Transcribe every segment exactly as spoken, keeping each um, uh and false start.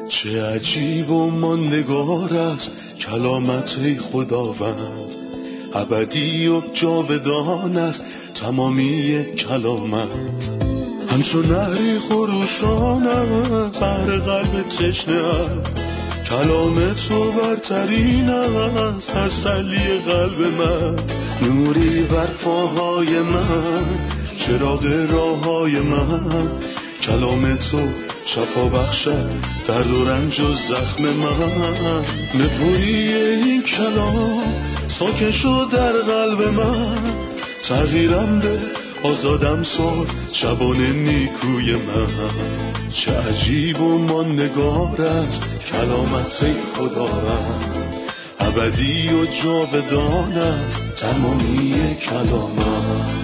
چه عجیب و ماندگار است کلامت ای خداوند، ابدی و جاودان است تمامی کلامت. همچون نهری خروشانم بر قلب تشنه‌ام، کلام تو برترین است تسلی قلب من. نوری بر پاهای من، چراغ راههای من، کلام تو شفا بخشد درد و رنج و زخم من. نپویی این کلام ساکن شد در قلب من، تغییرم ده آزادم ساز شبان نیکوی من. چه عجیب و ماندگار است کلامت ای خداوند، ابدی و جاودان است تمامی کلامت.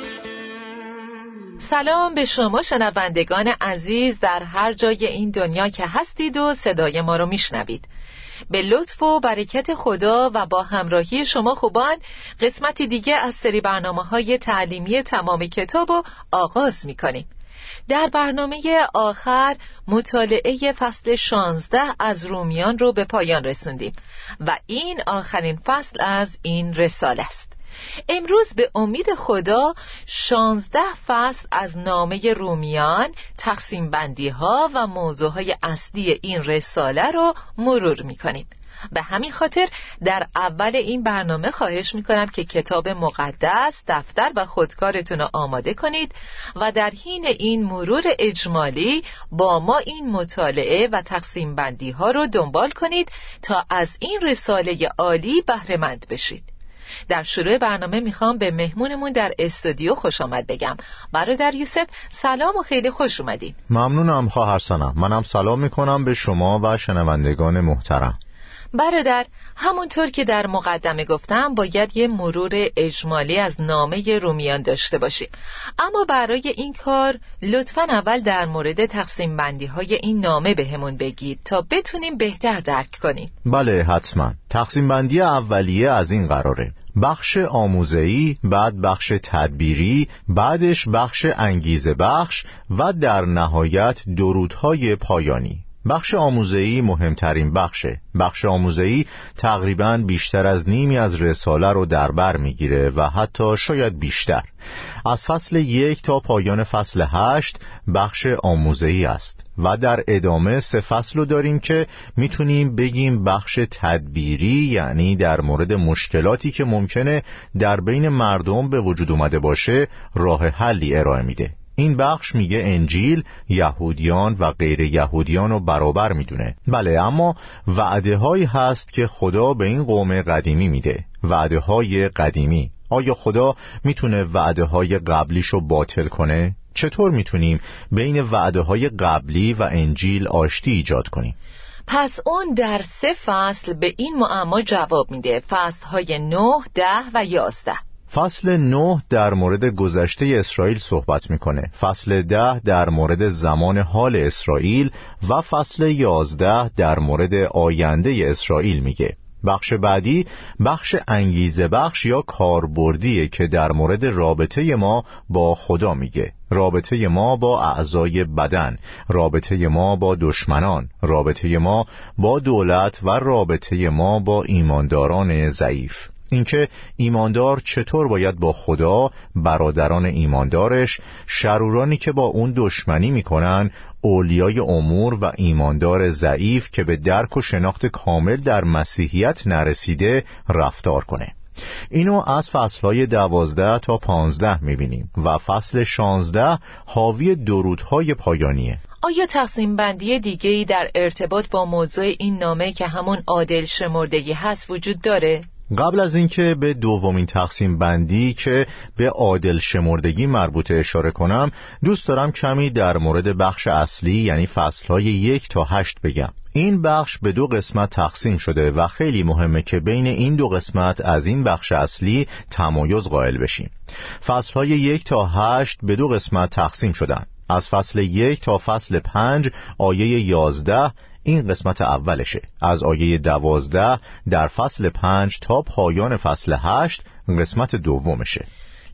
سلام به شما شنوندگان عزیز در هر جای این دنیا که هستید و صدای ما رو میشنوید. به لطف و برکت خدا و با همراهی شما خوبان قسمتی دیگه از سری برنامه‌های تعلیمی تمام کتاب رو آغاز می‌کنیم. در برنامه آخر مطالعه فصل شانزده از رومیان رو به پایان رسوندیم و این آخرین فصل از این رساله است. امروز به امید خدا شانزده فصل از نامه رومیان، تقسیم بندی ها و موضوع های اصلی این رساله رو مرور می کنیم. به همین خاطر در اول این برنامه خواهش می کنم که کتاب مقدس، دفتر و خودکارتون رو آماده کنید و در حین این مرور اجمالی با ما این مطالعه و تقسیم بندی ها رو دنبال کنید تا از این رساله عالی بهره مند بشید. در شروع برنامه میخوام به مهمونمون در استودیو خوش آمد بگم. برادر یوسف سلام و خیلی خوش اومدین. ممنونم خواهر سنم. منم سلام میکنم به شما و شنوندگان محترم. برادر، همونطور که در مقدمه گفتم باید یه مرور اجمالی از نامه رومیان داشته باشیم، اما برای این کار لطفاً اول در مورد تقسیم بندی های این نامه به همون بگید تا بتونیم بهتر درک کنیم. بله حتما. تقسیم بندی اولیه از این قراره: بخش آموزه‌ای، بعد بخش تدبیری، بعدش بخش انگیزه بخش و در نهایت درودهای پایانی. بخش آموزه‌ای مهمترین بخشه. بخش آموزه‌ای تقریباً بیشتر از نیمی از رساله رو در بر میگیره و حتی شاید بیشتر. از فصل یک تا پایان فصل هشت بخش آموزه‌ای است و در ادامه سه فصل رو داریم که میتونیم بگیم بخش تدبیری، یعنی در مورد مشکلاتی که ممکنه در بین مردم به وجود اومده باشه راه حلی ارائه میده. این بخش میگه انجیل یهودیان و غیر یهودیان رو برابر میدونه. بله، اما وعده هایی هست که خدا به این قوم قدیمی میده. وعده های قدیمی. آیا خدا میتونه وعده های قبلیشو باطل کنه؟ چطور میتونیم بین وعده های قبلی و انجیل آشتی ایجاد کنیم؟ پس اون در سه فصل به این معما جواب میده. فصل های نه، ده و یازده. فصل نه در مورد گذشته اسرائیل صحبت میکنه، فصل ده در مورد زمان حال اسرائیل و فصل یازده در مورد آینده اسرائیل میگه. بخش بعدی بخش انگیزه بخش یا کاربردیه که در مورد رابطه ما با خدا میگه. رابطه ما با اعضای بدن، رابطه ما با دشمنان، رابطه ما با دولت و رابطه ما با ایمانداران ضعیف. اینکه ایماندار چطور باید با خدا، برادران ایماندارش، شرورانی که با اون دشمنی میکنن، اولیای امور و ایماندار ضعیف که به درک و شناخت کامل در مسیحیت نرسیده رفتار کنه. اینو از فصلهای دوازده تا پانزده میبینیم و فصل شانزده حاوی درودهای پایانیه. آیا تقسیم بندی دیگه‌ای در ارتباط با موضوع این نامه که همون عادل شمردگی هست وجود داره؟ قبل از اینکه به دومین تقسیم بندی که به عادل شمردگی مربوطه اشاره کنم، دوست دارم کمی در مورد بخش اصلی یعنی فصلهای یک تا هشت بگم. این بخش به دو قسمت تقسیم شده و خیلی مهمه که بین این دو قسمت از این بخش اصلی تمایز قائل بشیم. فصلهای یک تا هشت به دو قسمت تقسیم شدن. از فصل یک تا فصل پنج آیه یازده این قسمت اولشه. از آیه دوازده در فصل پنج تا پایان فصل هشت قسمت دومشه.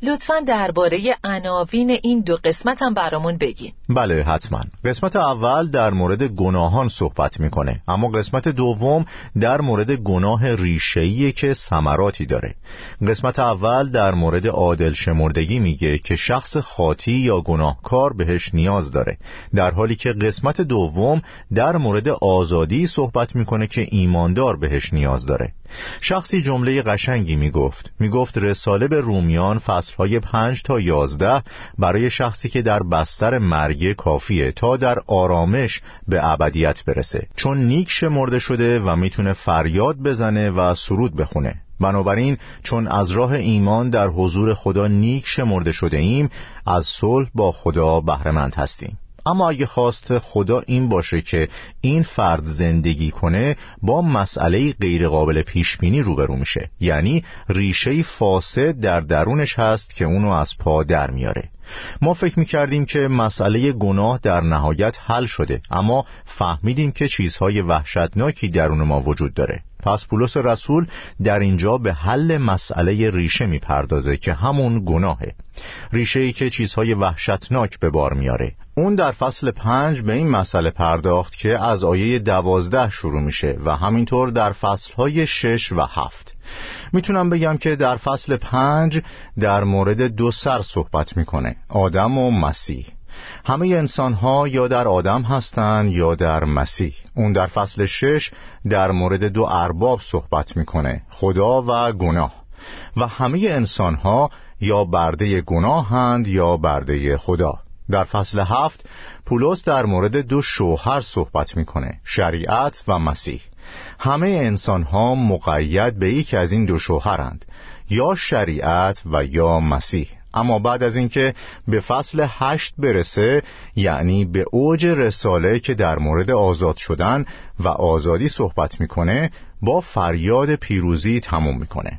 لطفاً درباره عناوین این دو قسمت هم برامون بگین. بله حتما. قسمت اول در مورد گناهان صحبت میکنه، اما قسمت دوم در مورد گناه ریشه‌ایه که ثمراتی داره. قسمت اول در مورد عادل شمردگی میگه که شخص خاطی یا گناهکار بهش نیاز داره، در حالی که قسمت دوم در مورد آزادی صحبت میکنه که ایماندار بهش نیاز داره. شخصی جمله قشنگی میگفت میگفت رساله به رومیان فصلهای پنج تا یازده برای شخصی که در بستر مرگ کافیه تا در آرامش به ابدیت برسه، چون نیک شمرده شده و میتونه فریاد بزنه و سرود بخونه. بنابراین چون از راه ایمان در حضور خدا نیک شمرده شده ایم، از صلح با خدا بهره‌مند هستیم. اما اگه خواست خدا این باشه که این فرد زندگی کنه، با مسئله غیر قابل پیش بینی روبرو میشه، یعنی ریشه فاسد در درونش هست که اونو از پا در میاره. ما فکر میکردیم که مسئله گناه در نهایت حل شده، اما فهمیدیم که چیزهای وحشتناکی درون ما وجود داره. پس پولس رسول در اینجا به حل مسئله ریشه میپردازه که همون گناهه، ریشه‌ای که چیزهای وحشتناک به بار میاره. اون در فصل پنج به این مسئله پرداخت که از آیه دوازده شروع میشه و همینطور در فصلهای شش و هفت. میتونم بگم که در فصل پنج در مورد دو سر صحبت میکنه، آدم و مسیح. همه انسان ها یا در آدم هستند یا در مسیح. اون در فصل شش در مورد دو ارباب صحبت میکنه، خدا و گناه. و همه انسان ها یا برده گناه هند یا برده خدا. در فصل هفت پولس در مورد دو شوهر صحبت میکنه، شریعت و مسیح. همه انسان ها مقید به یکی از این دو شوهرند، یا شریعت و یا مسیح. اما بعد از اینکه به فصل هشت برسه، یعنی به اوج رساله که در مورد آزاد شدن و آزادی صحبت میکنه، با فریاد پیروزی تموم میکنه.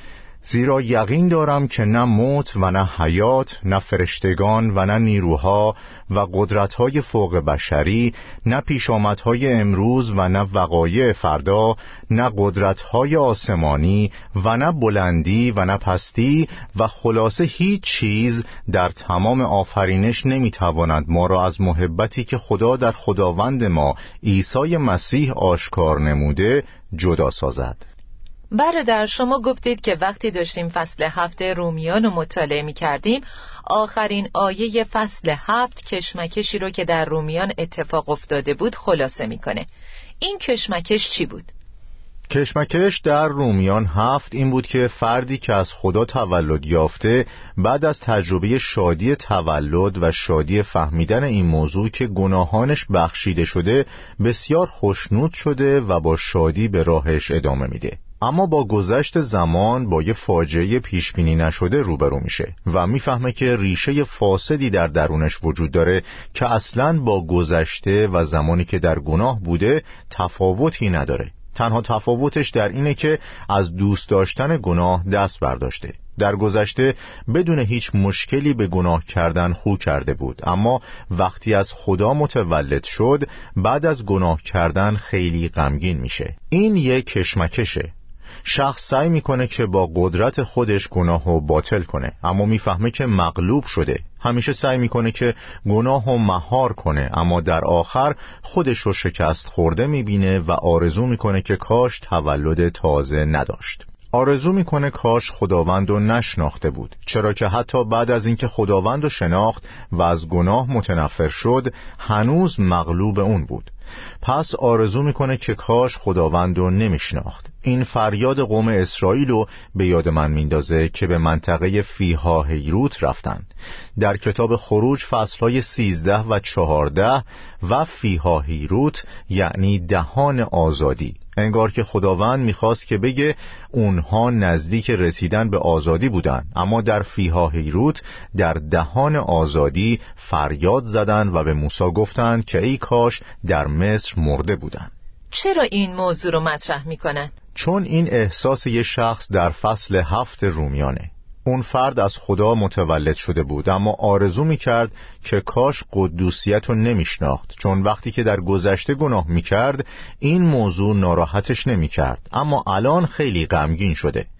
زیرا یقین دارم که نه موت و نه حیات، نه فرشتگان و نه نیروها و قدرت‌های فوق بشری، نه پیشامدهای امروز و نه وقایع فردا، نه قدرت‌های آسمانی و نه بلندی و نه پستی و خلاصه هیچ چیز در تمام آفرینش نمی‌تواند ما را از محبتی که خدا در خداوند ما عیسی مسیح آشکار نموده جدا سازد. برادر، شما گفتید که وقتی داشتیم فصل هفت رومیان رو مطالعه می کردیم، آخرین آیه فصل هفت کشمکشی رو که در رومیان اتفاق افتاده بود خلاصه میکنه. این کشمکش چی بود؟ کشمکش در رومیان هفت این بود که فردی که از خدا تولد یافته، بعد از تجربه شادی تولد و شادی فهمیدن این موضوع که گناهانش بخشیده شده، بسیار خوشنود شده و با شادی به راهش ادامه میده. اما با گذشت زمان با یه فاجعه پیشبینی نشده روبرو میشه و میفهمه که ریشه فاسدی در درونش وجود داره که اصلاً با گذشته و زمانی که در گناه بوده تفاوتی نداره. تنها تفاوتش در اینه که از دوست داشتن گناه دست برداشته. در گذشته بدون هیچ مشکلی به گناه کردن خو کرده بود، اما وقتی از خدا متولد شد، بعد از گناه کردن خیلی غمگین میشه. این یک کشمکشه. شخص سعی میکنه که با قدرت خودش گناهو باطل کنه، اما میفهمه که مغلوب شده. همیشه سعی میکنه که گناهو مهار کنه، اما در آخر خودش رو شکست خورده میبینه و آرزو میکنه که کاش تولد تازه نداشت. آرزو میکنه کاش خداوند رو نشناخته بود، چرا که حتی بعد از اینکه خداوند رو شناخت و از گناه متنفر شد، هنوز مغلوب اون بود. پس آرزو میکنه که کاش خداوند رو نمیشناخت. این فریاد قوم اسرائیل رو به یاد من میندازه که به منطقه فیها هیروت رفتن. در کتاب خروج فصلهای سیزده و چهارده و فیها هیروت یعنی دهان آزادی. انگار که خداوند میخواست که بگه اونها نزدیک رسیدن به آزادی بودن، اما در فیها هیروت در دهان آزادی فریاد زدن و به موسی گفتن که ای کاش در مصر مرده بودن. چرا این موضوع رو مطرح میکنن؟ چون این احساس یه شخص در فصل هفت رومیانه. اون فرد از خدا متولد شده بود، اما آرزو میکرد که کاش قدوسیت رو نمیشناخت، چون وقتی که در گذشته گناه میکرد این موضوع ناراحتش نمیکرد، اما الان خیلی غمگین شده.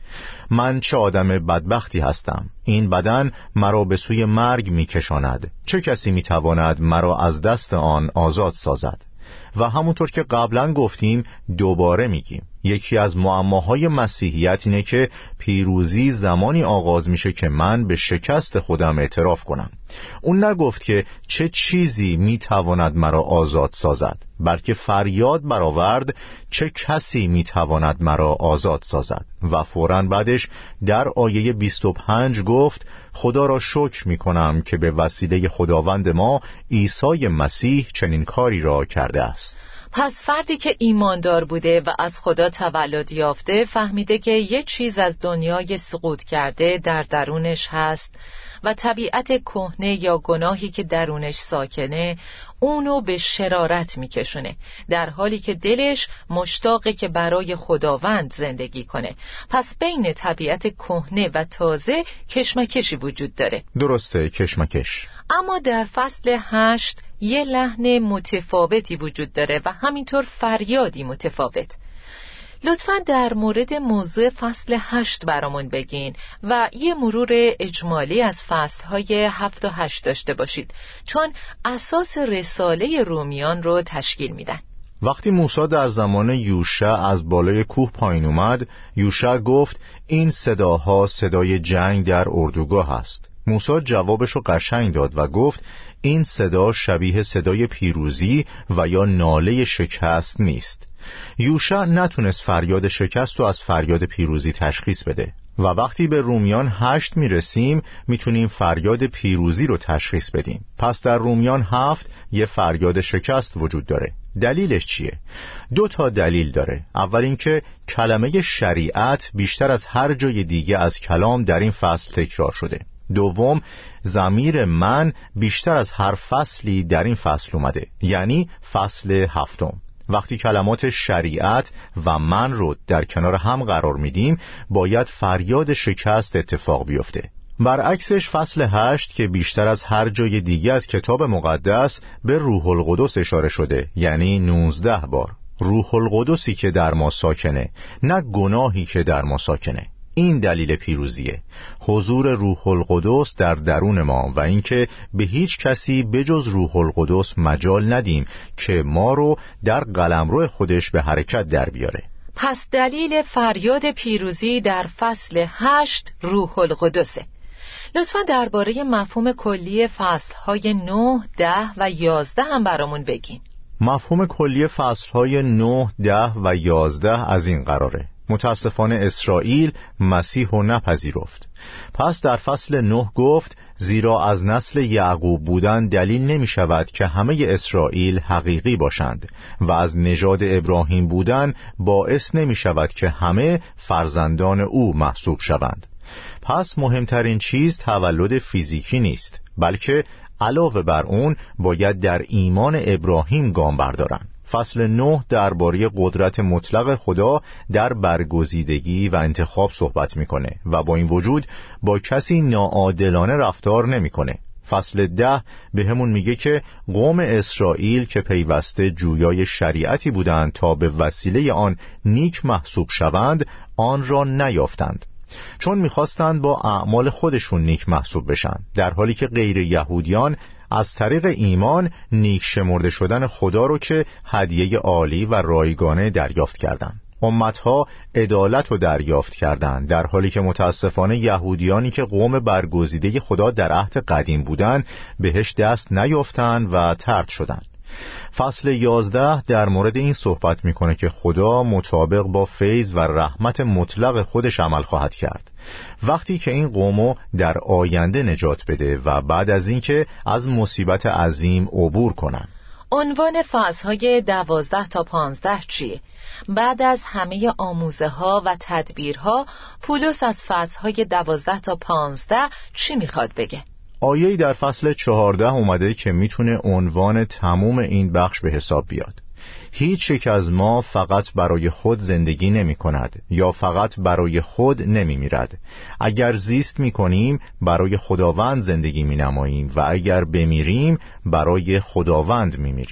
من چه آدم بدبختی هستم، این بدن مرا به سوی مرگ میکشاند، چه کسی میتواند مرا از دست آن آزاد سازد؟ و همونطور که قبلا گفتیم دوباره میگیم، یکی از معماهای مسیحیت اینه که پیروزی زمانی آغاز میشه که من به شکست خودم اعتراف کنم. اون نگفت که چه چیزی میتواند مرا آزاد سازد، بلکه فریاد برآورد چه کسی میتواند مرا آزاد سازد و فوراً بعدش در آیه بیست و پنج گفت خدا را شکر میکنم که به وسیله خداوند ما عیسی مسیح چنین کاری را کرده است. پس فردی که ایماندار بوده و از خدا تولد یافته فهمیده که یه چیز از دنیای سقوط کرده در درونش هست و طبیعت کهنه یا گناهی که درونش ساکنه اونو به شرارت میکشونه، در حالی که دلش مشتاقه که برای خداوند زندگی کنه. پس بین طبیعت کهنه و تازه کشمکشی وجود داره. درسته، کشمکش. اما در فصل هشت یه لحن متفاوتی وجود داره و همینطور فریادی متفاوت. لطفاً در مورد موضوع فصل هشت برامون بگین و یه مرور اجمالی از فصلهای هفت و هشت داشته باشید، چون اساس رساله رومیان رو تشکیل میدن. وقتی موسی در زمان یوشع از بالای کوه پایین اومد، یوشع گفت این صداها صدای جنگ در اردوگاه است. موسی جوابش رو قشنگ داد و گفت این صدا شبیه صدای پیروزی و یا ناله شکست نیست. یوشع نتونست فریاد شکست رو از فریاد پیروزی تشخیص بده و وقتی به رومیان هشت میرسیم میتونیم فریاد پیروزی رو تشخیص بدیم. پس در رومیان هفت یه فریاد شکست وجود داره. دلیلش چیه؟ دو تا دلیل داره. اول اینکه کلمه شریعت بیشتر از هر جای دیگه از کلام در این فصل تکرار شده. دوم، ضمیر من بیشتر از هر فصلی در این فصل اومده، یعنی فصل هفتم. وقتی کلمات شریعت و من رو در کنار هم قرار میدیم باید فریاد شکست اتفاق بیفته. برعکسش فصل هشت که بیشتر از هر جای دیگه از کتاب مقدس به روح القدس اشاره شده، یعنی نوزده بار. روح القدسی که در ما ساکنه، نه گناهی که در ما ساکنه. این دلیل پیروزیه، حضور روح القدس در درون ما و اینکه به هیچ کسی بجز روح القدس مجال ندیم که ما رو در قلمرو خودش به حرکت در بیاره. پس دلیل فریاد پیروزی در فصل هشت روح القدسه. لطفاً درباره مفهوم کلی فصلهای نه، ده و یازده هم برامون بگین. مفهوم کلی فصلهای نه، ده و یازده از این قراره: متاسفانه اسرائیل مسیح رو نپذیرفت. پس در فصل نه گفت زیرا از نسل یعقوب بودن دلیل نمی شود که همه اسرائیل حقیقی باشند و از نژاد ابراهیم بودن باعث نمی شود که همه فرزندان او محسوب شوند. پس مهمترین چیز تولد فیزیکی نیست، بلکه علاوه بر اون باید در ایمان ابراهیم گام بردارن. فصل نه درباره قدرت مطلق خدا در برگزیدگی و انتخاب صحبت میکنه و با این وجود با کسی ناعادلانه رفتار نمیکنه. فصل ده به همون میگه که قوم اسرائیل که پیوسته جویای شریعتی بودند تا به وسیله آن نیک محسوب شوند آن را نیافتند، چون میخواستند با اعمال خودشون نیک محسوب بشن، در حالی که غیر یهودیان از طریق ایمان نیک شمرده شدن خدا رو که هدیه عالی و رایگانه دریافت کردند. امتها عدالت رو دریافت کردند، در حالی که متاسفانه یهودیانی که قوم برگزیده خدا در عهد قدیم بودند بهش دست نیافتند و طرد شدند. فصل یازده در مورد این صحبت میکنه که خدا مطابق با فیض و رحمت مطلق خودش عمل خواهد کرد وقتی که این قومو در آینده نجات بده و بعد از اینکه از مصیبت عظیم عبور کنن. عنوان فصلهای دوازده تا پانزده چیه؟ بعد از همه آموزه ها و تدبیرها پولس از فصلهای دوازده تا پانزده چی میخواد بگه؟ آیه‌ای در فصل چهارده اومده که میتونه عنوان تموم این بخش به حساب بیاد. هیچ یک از ما فقط برای خود زندگی نمی کند یا فقط برای خود نمی میرد. اگر زیست می کنیم برای خداوند زندگی می نماییم و اگر بمیریم برای خداوند می میریم.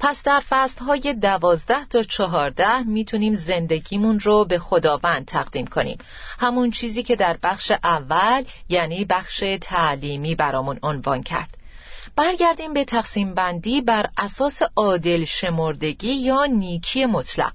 پس در فصلهای دوازده تا چهارده میتونیم زندگیمون رو به خداوند تقدیم کنیم، همون چیزی که در بخش اول یعنی بخش تعلیمی برامون عنوان کرد. برگردیم به تقسیم بندی بر اساس عادل شمردگی یا نیکی مطلق.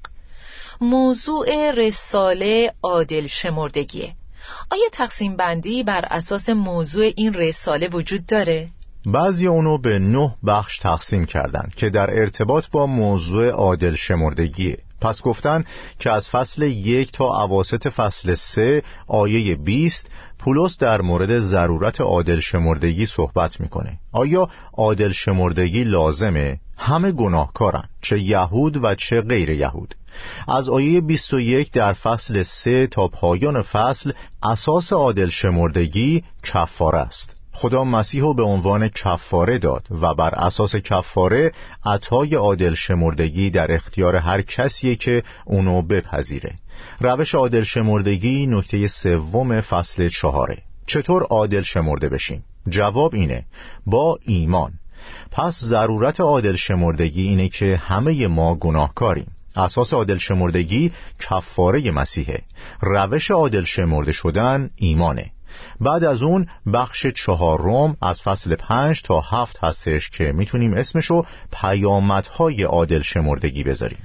موضوع رساله عادل شمردگیه. آیا تقسیم بندی بر اساس موضوع این رساله وجود داره؟ بعضی اونو به نه بخش تقسیم کردن که در ارتباط با موضوع عادل شمردگیه. پس گفتن که از فصل یک تا اواسط فصل سه آیه بیست پولس در مورد ضرورت عادل شمردگی صحبت میکنه. آیا عادل شمردگی لازمه؟ همه گناهکارن، چه یهود و چه غیر یهود. از آیه بیست و یک در فصل سه تا پایان فصل اساس عادل شمردگی کفاره است. خدا مسیح رو به عنوان کفاره داد و بر اساس کفاره عطای عادل شمردگی در اختیار هر کسیه که اونو بپذیره. روش عادل شمردگی نکته سوم فصل چهاره. چطور عادل شمرده بشیم؟ جواب اینه: با ایمان. پس ضرورت عادل شمردگی اینه که همه ما گناهکاریم. اساس عادل شمردگی کفاره مسیحه. روش عادل شمرده شدن ایمانه. بعد از اون بخش چهارم از فصل پنج تا هفت هستش که میتونیم اسمشو پیامدهای عادل شمردگی بذاریم.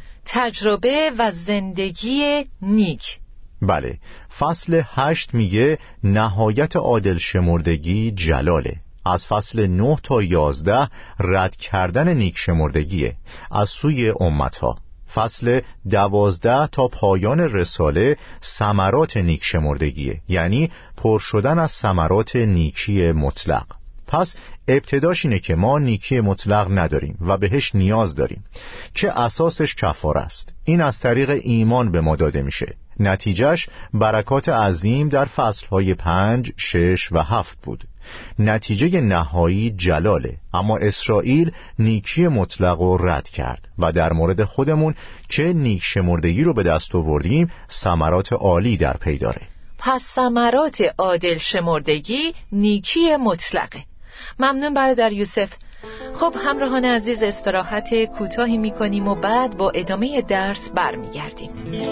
تجربه و زندگی نیک. بله، فصل هشت میگه نهایت عادل شمردگی جلاله. از فصل نه تا یازده رد کردن نیک شمردگیه از سوی امتها. فصل دوازده تا پایان رساله ثمرات نیک شمردگیه، یعنی پر شدن از ثمرات نیکی مطلق. پس ابتداش اینه که ما نیکی مطلق نداریم و بهش نیاز داریم که اساسش کفاره است. این از طریق ایمان به ما داده میشه. نتیجهش برکات عظیم در فصلهای پنج، شش و هفت بود. نتیجه نهایی جلاله، اما اسرائیل نیکی مطلق رو رد کرد و در مورد خودمون که نیک شمردگی رو به دست آوردیم ثمرات عالی در پی داره. پس ثمرات عادل شمردگی نیکی مطلقه. ممنون برادر یوسف. خب همراهان عزیز، استراحت کوتاهی میکنیم و بعد با ادامه درس برمیگردیم.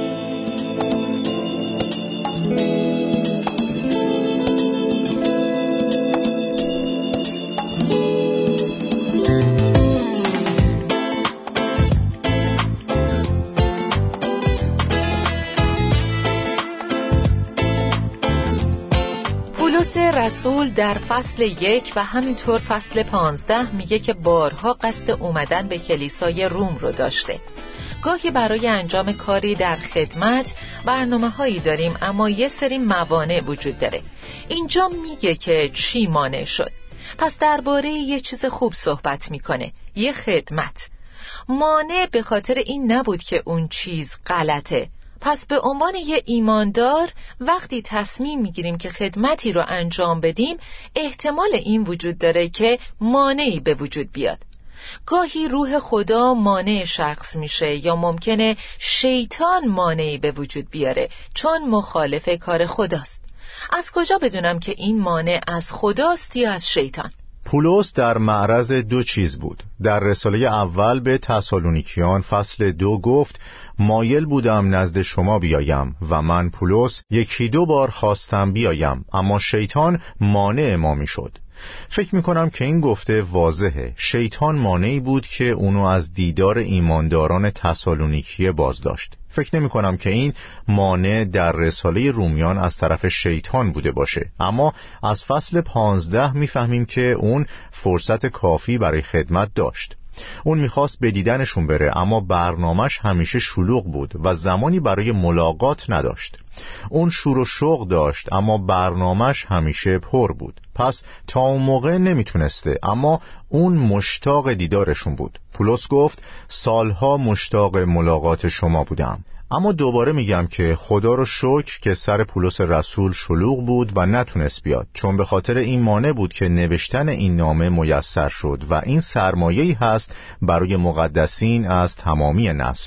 رسول در فصل یک و همینطور فصل پانزده میگه که بارها قصد اومدن به کلیسای روم رو داشته. گاهی برای انجام کاری در خدمت برنامه هایی داریم، اما یه سری موانع وجود داره. اینجا میگه که چی مانع شد. پس درباره یه چیز خوب صحبت میکنه، یه خدمت. مانع به خاطر این نبود که اون چیز غلطه. پس به عنوان یه ایماندار وقتی تصمیم میگیریم که خدمتی رو انجام بدیم، احتمال این وجود داره که مانعی به وجود بیاد. گاهی روح خدا مانع شخص میشه یا ممکنه شیطان مانعی به وجود بیاره چون مخالف کار خداست. از کجا بدونم که این مانع از خداست یا از شیطان؟ پولس در معرض دو چیز بود. در رساله اول به تسالونیکیان فصل دو گفت مایل بودم نزد شما بیایم و من پولس یکی دو بار خواستم بیایم، اما شیطان مانع ما می شد. فکر می کنم که این گفته واضحه. شیطان مانعی بود که اونو از دیدار ایمانداران تسالونیکی باز داشت. فکر نمی کنم که این مانع در رساله رومیان از طرف شیطان بوده باشه، اما از فصل پانزده می فهمیم که اون فرصت کافی برای خدمت داشت. اون میخواست به دیدنشون بره، اما برنامهش همیشه شلوغ بود و زمانی برای ملاقات نداشت. اون شور و شوق داشت، اما برنامهش همیشه پر بود. پس تا اون موقع نمیتونسته، اما اون مشتاق دیدارشون بود. پولس گفت سالها مشتاق ملاقات شما بودم. اما دوباره میگم که خدا رو شکر که سر پولس رسول شلوغ بود و نتونست بیاد، چون به خاطر این مانع بود که نوشتن این نامه میسر شد و این سرمایه‌ای هست برای مقدسین از تمامی نسل‌ها.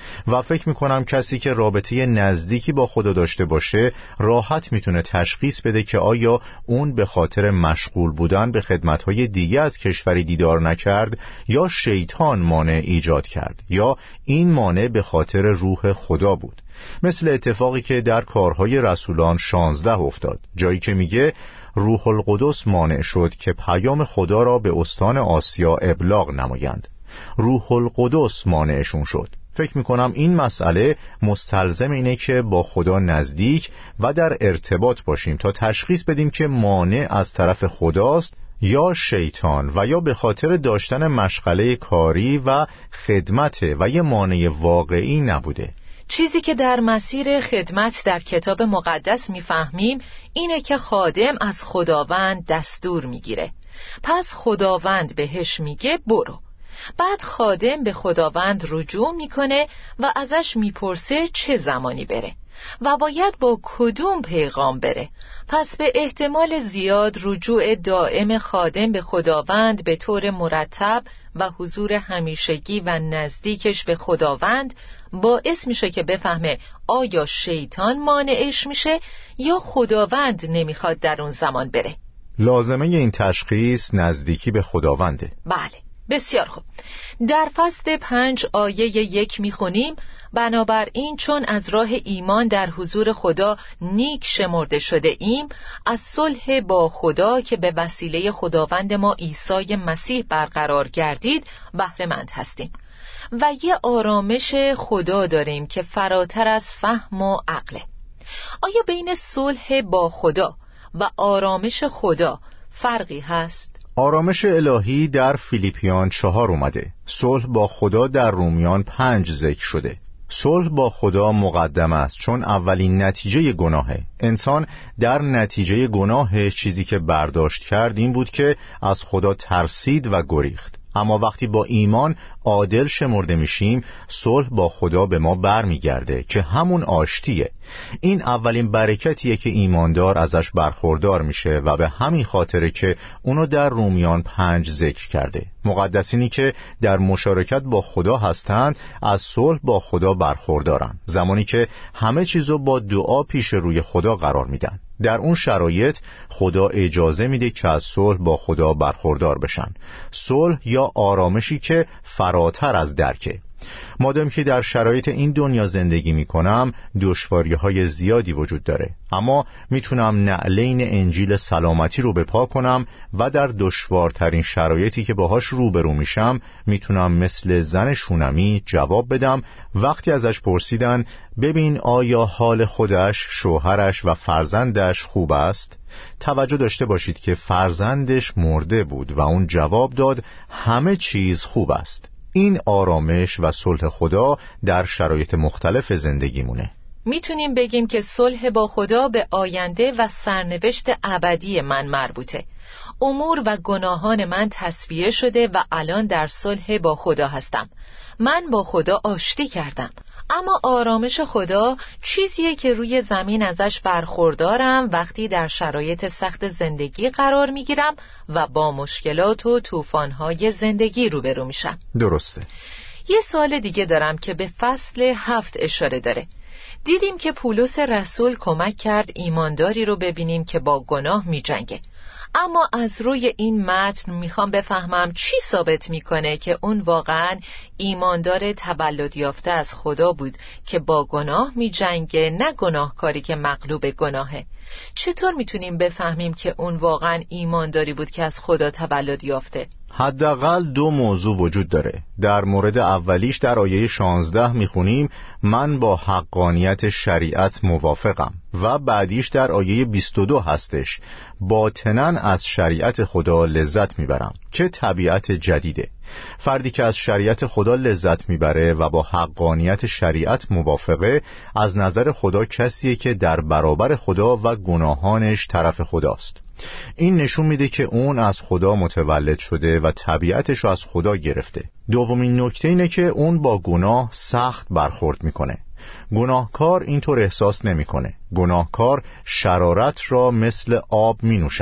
و فکر میکنم کسی که رابطه نزدیکی با خدا داشته باشه راحت میتونه تشخیص بده که آیا اون به خاطر مشغول بودن به خدمتهای دیگه از کشوری دیدار نکرد یا شیطان مانع ایجاد کرد یا این مانع به خاطر روح خدا بود. مثل اتفاقی که در کارهای رسولان شانزده افتاد، جایی که میگه روح القدس مانع شد که پیام خدا را به استان آسیا ابلاغ نمایند. روح القدس مانعشون شد. فکر میکنم این مسئله مستلزم اینه که با خدا نزدیک و در ارتباط باشیم تا تشخیص بدیم که مانع از طرف خداست یا شیطان و یا به خاطر داشتن مشغله کاری و خدمت و یه مانع واقعی نبوده. چیزی که در مسیر خدمت در کتاب مقدس میفهمیم اینه که خادم از خداوند دستور میگیره. پس خداوند بهش میگه برو. بعد خادم به خداوند رجوع میکنه و ازش میپرسه چه زمانی بره و باید با کدوم پیغام بره. پس به احتمال زیاد رجوع دائم خادم به خداوند به طور مرتب و حضور همیشگی و نزدیکش به خداوند باعث میشه که بفهمه آیا شیطان مانعش میشه یا خداوند نمیخواد در اون زمان بره. لازمه این تشخیص نزدیکی به خداونده. بله، بسیار خوب. در فصل پنج آیه یک میخونیم بنابراین چون از راه ایمان در حضور خدا نیک شمرده شده ایم، از صلح با خدا که به وسیله خداوند ما عیسی مسیح برقرار گردید بهره مند هستیم و یه آرامش خدا داریم که فراتر از فهم و عقله. آیا بین صلح با خدا و آرامش خدا فرقی هست؟ آرامش الهی در فیلیپیان چهار اومده، صلح با خدا در رومیان پنج ذکر شده. صلح با خدا مقدم است چون اولین نتیجه گناهه. انسان در نتیجه گناه چیزی که برداشت کرد این بود که از خدا ترسید و گریخت. اما وقتی با ایمان عادل شمرده میشیم، صلح با خدا به ما برمیگرده که همون آشتیه. این اولین برکتیه که ایماندار ازش برخوردار میشه و به همین خاطره که اونو در رومیان پنج ذکر کرده. مقدسینی که در مشارکت با خدا هستند از صلح با خدا برخوردارن، زمانی که همه چیزو با دعا پیش روی خدا قرار میدن. در اون شرایط خدا اجازه میده که از صلح با خدا برخوردار بشن، صلح یا آرامشی که فراتر از درکه. مادام که در شرایط این دنیا زندگی میکنم دشواری‌های زیادی وجود داره، اما میتونم نعلین انجیل سلامتی رو به پا کنم و در دشوارترین شرایطی که باهاش روبرو میشم میتونم مثل زن شونمی جواب بدم. وقتی ازش پرسیدن ببین آیا حال خودش، شوهرش و فرزندش خوب است؟ توجه داشته باشید که فرزندش مرده بود و اون جواب داد همه چیز خوب است. این آرامش و صلح خدا در شرایط مختلف زندگیمونه. میتونیم بگیم که صلح با خدا به آینده و سرنوشت ابدی من مربوطه. امور و گناهان من تصفیه شده و الان در صلح با خدا هستم. من با خدا آشتی کردم. اما آرامش خدا چیزیه که روی زمین ازش برخوردارم وقتی در شرایط سخت زندگی قرار میگیرم و با مشکلات و طوفان‌های زندگی روبرو میشم. درسته. یه سوال دیگه دارم که به فصل هفت اشاره داره. دیدیم که پولس رسول کمک کرد ایمانداری رو ببینیم که با گناه میجنگه. اما از روی این متن میخوام بفهمم چی ثابت میکنه که اون واقعا ایماندار تولد یافته از خدا بود که با گناه میجنگه، نه گناهکاری که مغلوب گناهه. چطور میتونیم بفهمیم که اون واقعا ایمانداری بود که از خدا تولد یافته؟ حداقل دو موضوع وجود داره. در مورد اولیش در آیه شانزده میخونیم من با حقانیت شریعت موافقم و بعدیش در آیه بیست و دو هستش باطناً از شریعت خدا لذت میبرم که طبیعت جدیده. فردی که از شریعت خدا لذت میبره و با حقانیت شریعت موافقه از نظر خدا کسیه که در برابر خدا و گناهانش طرف خداست. این نشون میده که اون از خدا متولد شده و طبیعتش از خدا گرفته. دومین نکته اینه که اون با گناه سخت برخورد میکنه. گناهکار اینطور احساس نمیکنه. گناهکار شرارت را مثل آب می نوشد.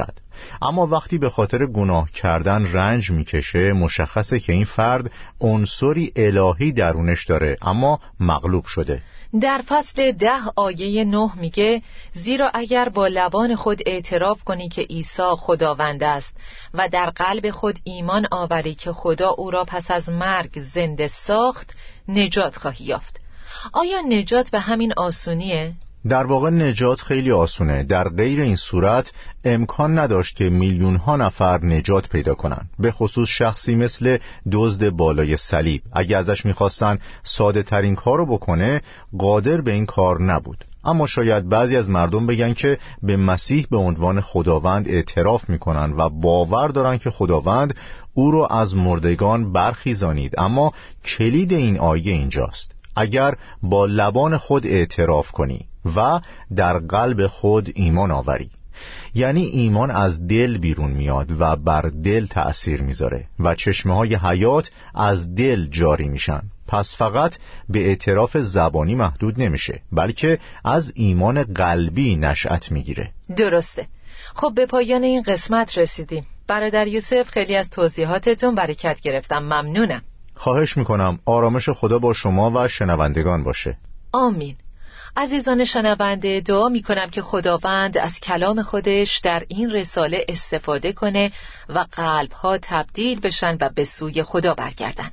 اما وقتی به خاطر گناه کردن رنج میکشه مشخصه که این فرد عنصری الهی درونش داره اما مغلوب شده. در فصل ده آیه نه میگه زیرا اگر با لبان خود اعتراف کنی که عیسی خداوند است و در قلب خود ایمان آوری که خدا او را پس از مرگ زنده ساخت نجات خواهی یافت. آیا نجات به همین آسونیه؟ در واقع نجات خیلی آسونه. در غیر این صورت امکان نداشت که میلیون ها نفر نجات پیدا کنن، به خصوص شخصی مثل دزد بالای صلیب. اگه ازش میخواستن ساده ترین کارو بکنه قادر به این کار نبود. اما شاید بعضی از مردم بگن که به مسیح به عنوان خداوند اعتراف میکنن و باور دارن که خداوند او رو از مردگان برخیزانید، اما کلید این آیه اینجاست: اگر با لبان خود اعتراف کنی و در قلب خود ایمان آوری. یعنی ایمان از دل بیرون میاد و بر دل تأثیر میذاره و چشمه های حیات از دل جاری میشن. پس فقط به اعتراف زبانی محدود نمیشه، بلکه از ایمان قلبی نشأت میگیره. درسته. خب به پایان این قسمت رسیدیم. برادر یوسف خیلی از توضیحاتتون برکت گرفتم. ممنونم. خواهش میکنم. آرامش خدا با شما و شنوندگان باشه. آمین. عزیزان شنونده، دعا میکنم که خداوند از کلام خودش در این رساله استفاده کنه و قلبها تبدیل بشن و به سوی خدا برگردن.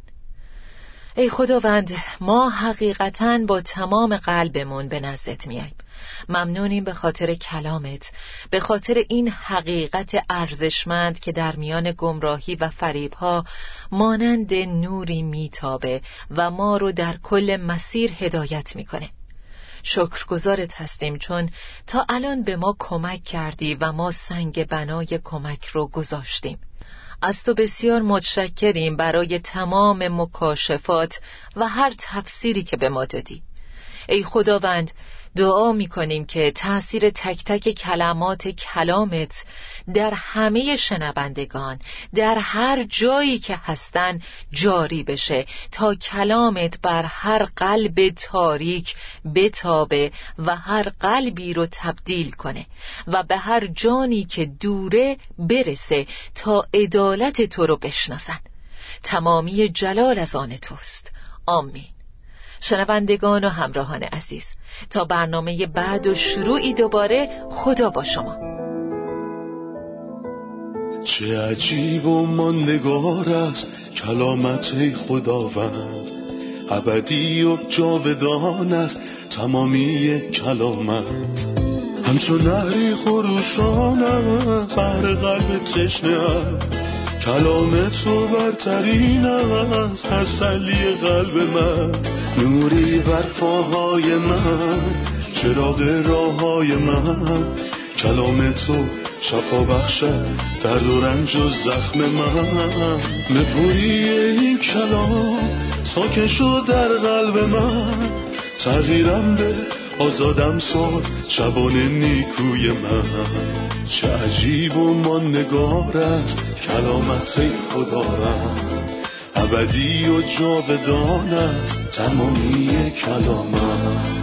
ای خداوند، ما حقیقتاً با تمام قلبمون به نزدت میاییم. ممنونیم به خاطر کلامت، به خاطر این حقیقت ارزشمند که در میان گمراهی و فریبها مانند نوری میتابه و ما رو در کل مسیر هدایت میکنه. شکرگزارت هستیم چون تا الان به ما کمک کردی و ما سنگ بنای کمک رو گذاشتیم. از تو بسیار متشکریم برای تمام مکاشفات و هر تفسیری که به ما دادی. ای خداوند، دعا می کنیم که تأثیر تک تک کلمات کلامت در همه شنوندگان در هر جایی که هستن جاری بشه تا کلامت بر هر قلب تاریک بتابه و هر قلبی رو تبدیل کنه و به هر جانی که دوره برسه تا عدالت تو رو بشناسن. تمامی جلال از آن توست. آمین. شنوندگان و همراهان عزیز، تا برنامه بعد و شروعی دوباره، خدا با شما. چه عجیب و ماندگار است کلامت ای خداوند، ابدی و جاودان است تمامی کلامت. همچون نهری خروشان است بر قلب تشنه است، کلام تو برترین است تسلی قلب من. نوری بر پاهای من، چراغ راههای من، کلام تو شفا بخشد درد و رنج و زخم من. نپوری این کلام ساکن شد در قلب من، تغییرم به آزادم ساز شبان نیکوی من. چه عجیب و ماندگار است کلامت ای خداوند، ابدی و جاودان است تمامی کلامت.